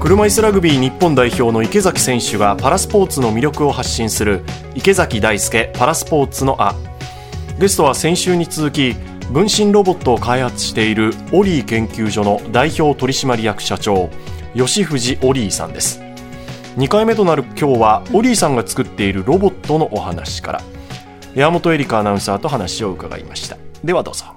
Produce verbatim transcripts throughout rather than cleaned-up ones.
車椅子ラグビー日本代表の池崎選手がパラスポーツの魅力を発信する池崎大輔パラスポーツのあ。ゲストは先週に続き分身ロボットを開発しているオリー研究所の代表取締役社長吉藤オリーさんです。にかいめとなる今日はオリーさんが作っているロボットのお話から山本エリカアナウンサーと話を伺いました。ではどうぞ。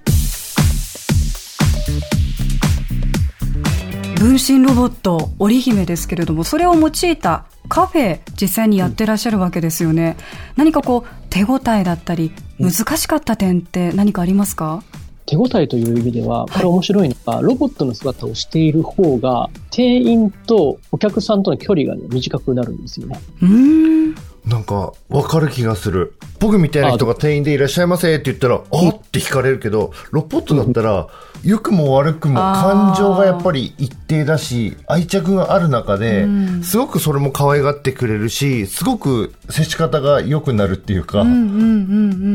分身ロボット織姫ですけれども、それを用いたカフェ実際にやってらっしゃるわけですよね。何かこう手応えだったり難しかった点って何かありますか？ 手応えという意味ではこれ面白いのが、はい、ロボットの姿をしている方が店員とお客さんとの距離が、ね、短くなるんですよね。 うーん、 なんか分かる気がする。僕みたいな人が店員でいらっしゃいませって言ったらあって惹かれるけど、ロボットだったら良くも悪くも感情がやっぱり一定だし愛着がある中ですごくそれも可愛がってくれるし、すごく接し方が良くなるっていうか、 うんうんうんうん、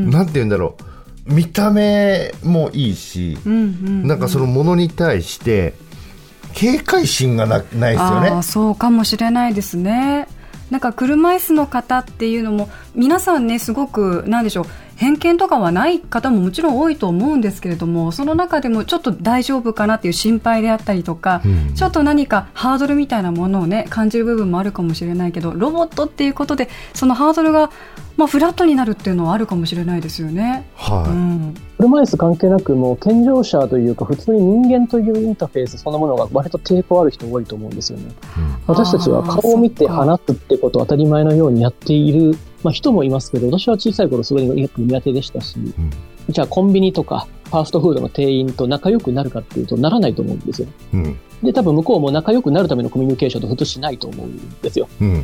なんて言うんだろう、見た目もいいし、うんうんうん、なんかそのものに対して警戒心が な, ないですよね。 あ、そうかもしれないですね。なんか車椅子の方っていうのも皆さんね、すごくなんでしょう、偏見とかはない方ももちろん多いと思うんですけれども、その中でもちょっと大丈夫かなっていう心配であったりとか、うん、ちょっと何かハードルみたいなものをね感じる部分もあるかもしれないけど、ロボットっていうことでそのハードルが、まあ、フラットになるっていうのはあるかもしれないですよね。 はい、うん、 車椅子関係なくもう健常者というか普通に人間というインターフェースそのものが割と抵抗ある人多いと思うんですよね。うん、私たちは顔を見て話すってことを当たり前のようにやっている、まあ、人もいますけど、私は小さい頃すごい苦手でしたし、うん、じゃあコンビニとかファーストフードの店員と仲良くなるかっていうとならないと思うんですよ。うん、で多分向こうも仲良くなるためのコミュニケーションと普通しないと思うんですよ。うん、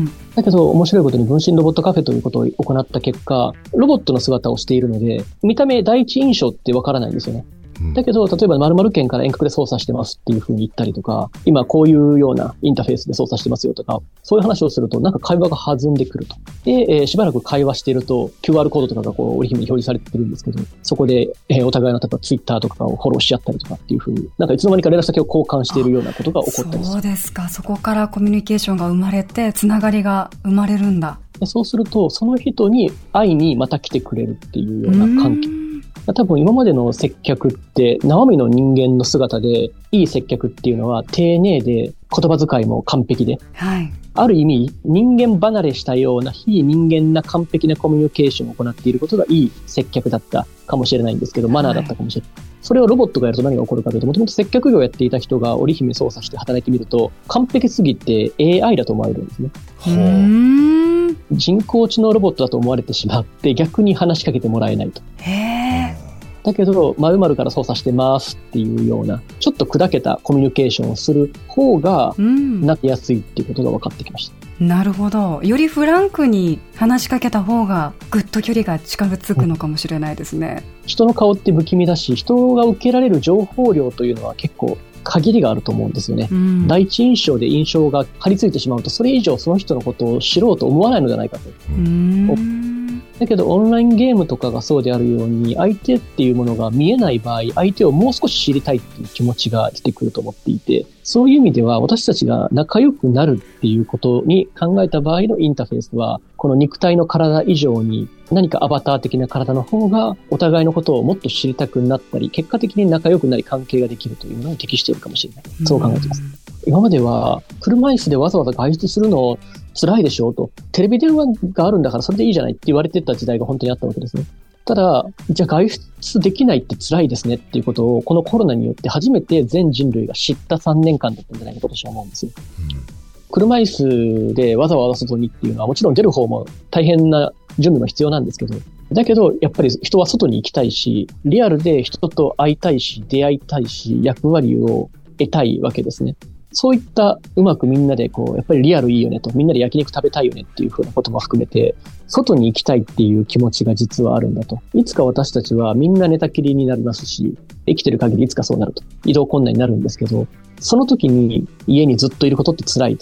だけど面白いことに分身ロボットカフェということを行った結果、ロボットの姿をしているので見た目第一印象ってわからないんですよね。だけど例えば〇〇県から遠隔で操作してますっていう風に言ったりとか、今こういうようなインターフェースで操作してますよとか、そういう話をするとなんか会話が弾んでくると。で、えー、しばらく会話していると キューアール コードとかがこう織姫に表示されてるんですけど、そこで、えー、お互いの例えばツイッターとかをフォローし合ったりとかっていう風に、なんかいつの間にか連絡先を交換しているようなことが起こったりする。 そうですか。そこからコミュニケーションが生まれてつながりが生まれるんだ。 でそうするとその人に会いにまた来てくれるっていうような関係。多分今までの接客って生身の人間の姿でいい接客っていうのは丁寧で言葉遣いも完璧で、はい、ある意味人間離れしたような非人間な完璧なコミュニケーションを行っていることがいい接客だったかもしれないんですけど、マナーだったかもしれない、はい、それをロボットがやると何が起こるかというと、もともと接客業をやっていた人が織姫操作して働いてみると完璧すぎて エーアイ だと思われるんですね。 うーん、 人工知能ロボットだと思われてしまって逆に話しかけてもらえないと。 へー、 だけど〇〇から操作してますっていうようなちょっと砕けたコミュニケーションをする方がなりやすいっていうことが分かってきました。 うん、なるほど。よりフランクに話しかけた方がぐっと距離が近づくのかもしれないですね。 うん、人の顔って不気味だし、人が受けられる情報量というのは結構限りがあると思うんですよね。うん、第一印象で印象が張り付いてしまうとそれ以上その人のことを知ろうと思わないのではないかと。うん、だけどオンラインゲームとかがそうであるように相手っていうものが見えない場合、相手をもう少し知りたいっていう気持ちが出てくると思っていて、そういう意味では私たちが仲良くなるっていうことに考えた場合のインターフェースは、この肉体の体以上に何かアバター的な体の方がお互いのことをもっと知りたくなったり、結果的に仲良くなり関係ができるというのに適しているかもしれない。そう考えています。今までは車椅子でわざわざ外出するの辛いでしょうと、テレビ電話があるんだからそれでいいじゃないって言われてた時代が本当にあったわけですね。ただ、じゃあ外出できないって辛いですねっていうことをこのコロナによって初めて全人類が知ったさんねんかんだったんじゃないかと私は思うんですよ。うん、車椅子でわざわざ外にっていうのはもちろん出る方も大変な準備も必要なんですけど、だけどやっぱり人は外に行きたいし、リアルで人と会いたいし、出会いたいし、役割を得たいわけですね。そういったうまくみんなでこう、やっぱりリアルいいよねと、みんなで焼肉食べたいよねっていうふうなことも含めて、外に行きたいっていう気持ちが実はあるんだと。いつか私たちはみんな寝たきりになりますし、生きてる限りいつかそうなると。移動困難になるんですけど、その時に家にずっといることって辛いと。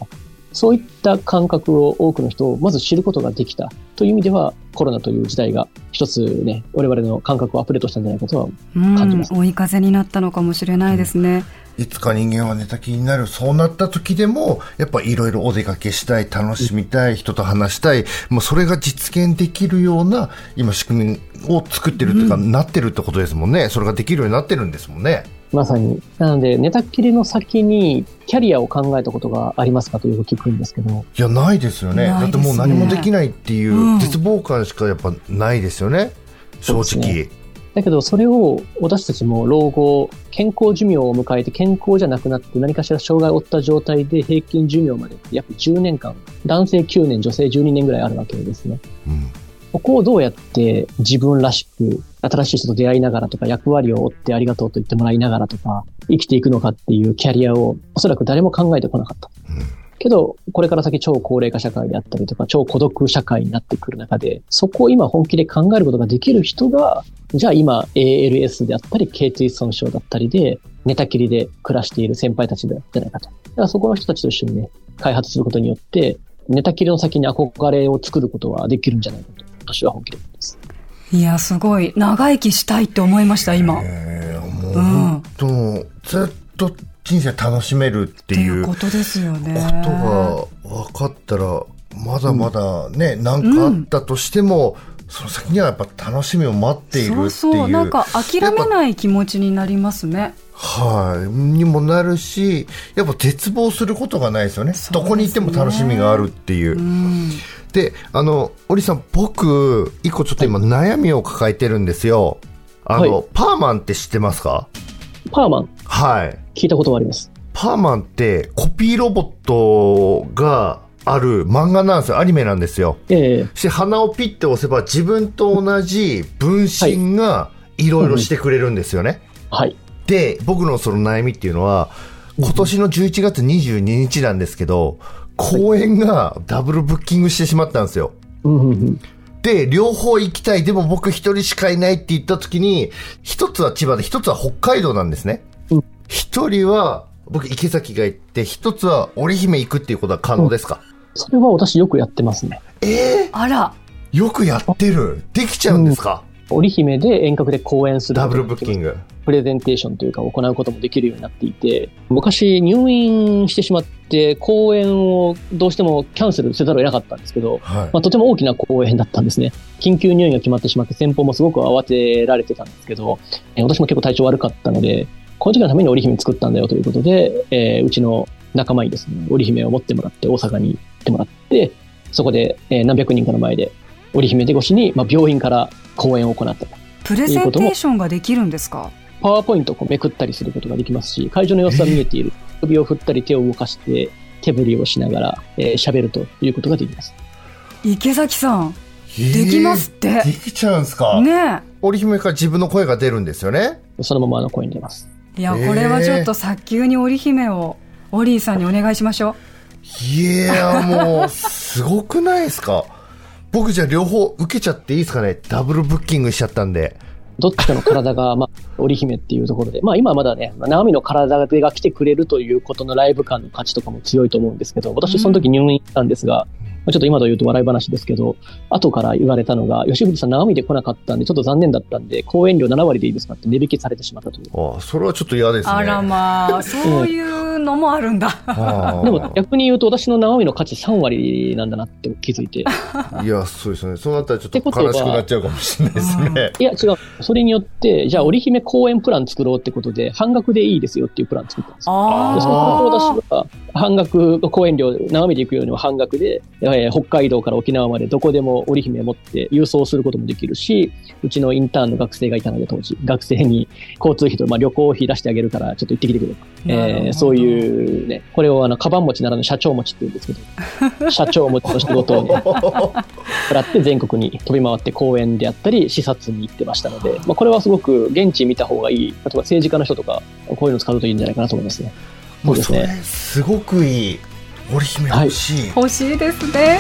そういった感覚を多くの人をまず知ることができたという意味では、コロナという時代が一つね、我々の感覚をアップデートしたんじゃないかとは感じます。 追い風になったのかもしれないですね。 いつか人間は寝たきりになる。そうなった時でもやっぱいろいろお出かけしたい、楽しみたい、人と話したい、もうそれが実現できるような今仕組みを作ってるというか、うん、なってるってことですもんね。それができるようになってるんですもんね。 まさに。なので寝たきりの先にキャリアを考えたことがありますかとよく聞くんですけど。 いや、ないですよね。だってもう何もできないっていう絶望感しかやっぱないですよね、うん、正直。 だけどそれを私たちも老後、健康寿命を迎えて健康じゃなくなって何かしら障害を負った状態で平均寿命まで約じゅうねんかん、男性きゅうねん、女性じゅうにねんぐらいあるわけですね。うん、ここをどうやって自分らしく新しい人と出会いながらとか、役割を負ってありがとうと言ってもらいながらとか生きていくのかっていうキャリアをおそらく誰も考えてこなかった。うん、けどこれから先超高齢化社会であったりとか超孤独社会になってくる中で、そこを今本気で考えることができる人が、じゃあ今 エーエルエス であったり頚椎損傷だったりで寝たきりで暮らしている先輩たちじゃないかと。だからそこの人たちと一緒にね、開発することによって寝たきりの先に憧れを作ることはできるんじゃないかと私は本気で思います。 いや、すごい長生きしたいって思いました今。 えー、もう本当、うん、ずっと人生楽しめるっていうことですよね。ことが分かったらまだまだね、うん、何かあったとしても、うん、その先にはやっぱ楽しみを待っているっていう。 そうそう、なんか諦めない気持ちになりますね。 はい、にもなるし、やっぱ絶望することがないですよね。どこに行っても楽しみがあるっていう。うん、で、あの織さん、僕一個ちょっと今悩みを抱えてるんですよ。あの、はい、パーマンって知ってますか？ パーマン、 はい、 聞いたことがあります。 パーマンってコピーロボットがある漫画なんですよ。アニメなんですよ。ええ。して鼻をピッて押せば自分と同じ分身がいろいろしてくれるんですよね。はい。で、僕のその悩みっていうのは、今年のじゅういちがつにじゅうににちなんですけど、公演がダブルブッキングしてしまったんですよ。で、両方行きたい。でも僕一人しかいないって言った時に、一つは千葉で一つは北海道なんですね。一人は僕池崎が行って、一つは織姫行くっていうことは可能ですか？ うん、それは私よくやってますね。 えー、 あら。 よくやってる。できちゃうんですか？ うん、織姫で遠隔で公演する。 ダブルブッキング。 プレゼンテーションというか行うこともできるようになっていて、昔入院してしまって公演をどうしてもキャンセルせざるを得なかったんですけど、はい、まあ、とても大きな公演だったんですね。緊急入院が決まってしまって先方もすごく慌てられてたんですけど、え私も結構体調悪かったので、この時のために織姫作ったんだよということで、えー、うちの仲間にですね、織姫を持ってもらって大阪に行ってもらって、そこで、えー、何百人かの前で織姫で越しに、まあ、病院から講演を行った。 プレゼンテーションができるんですか？ パワーポイントをこうめくったりすることができますし、会場の様子は見えている。首を振ったり手を動かして手振りをしながら喋、えー、るということができます。 池崎さん、えー、できますって。 できちゃうんですか？ね。織姫から自分の声が出るんですよね。 そのままの声に出ます。 いや、これはちょっと早急に織姫をオリーさんにお願いしましょう。いや、もうすごくないですか？僕じゃあ両方受けちゃっていいですかね？ダブルブッキングしちゃったんで。 どっちかの体が、まあ、織姫っていうところで、まあ今はまだね、ナオミの体が来てくれるということのライブ感の価値とかも強いと思うんですけど、私その時入院したんですが、うん、ちょっと今と言うと笑い話ですけど、後から言われたのが、吉藤さんナオミで来なかったんで、ちょっと残念だったんで、公演料ななわりでいいですかって値引きされてしまったという。 ああ、それはちょっと嫌ですね。 あらまあ、そういうのもあるんだ。 でも逆に言うと、私のナオミの価値さんわりなんだなって気づいて。 いや、そうですね。そうなったらちょっと悲しくなっちゃうかもしれないですね。 いや、違う。それによって、じゃあ、織姫公演プラン作ろうってことで、半額でいいですよっていうプラン作ったんですよ。でその私は、半額、公演料、ナオミで行くようには半額で、えー、北海道から沖縄までどこでも織姫持って郵送することもできるし、うちのインターンの学生がいたので当時、学生に交通費と、まあ、旅行費出してあげるからちょっと行ってきてくれと。えー、そういうね、これをあの、カバン持ちならぬ社長持ちって言うんですけど、社長持ちの仕事をね、もらって全国に飛び回って講演であったり、視察に行ってましたので、まあ、これはすごく現地見た方がいい。例えば政治家の人とか、こういうの使うといいんじゃないかなと思いますね。 そうですね。すごくいい。織姫欲しい、 はい、欲しいですね。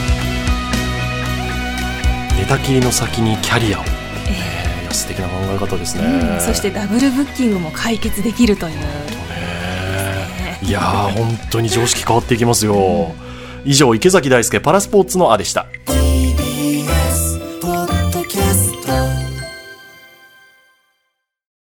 寝たきりの先にキャリアを、えー、素敵な考え方ですね、 うん、そしてダブルブッキングも解決できるという、ね、 いやー本当に常識変わっていきますよ。以上池崎大輔パラスポーツのあでした。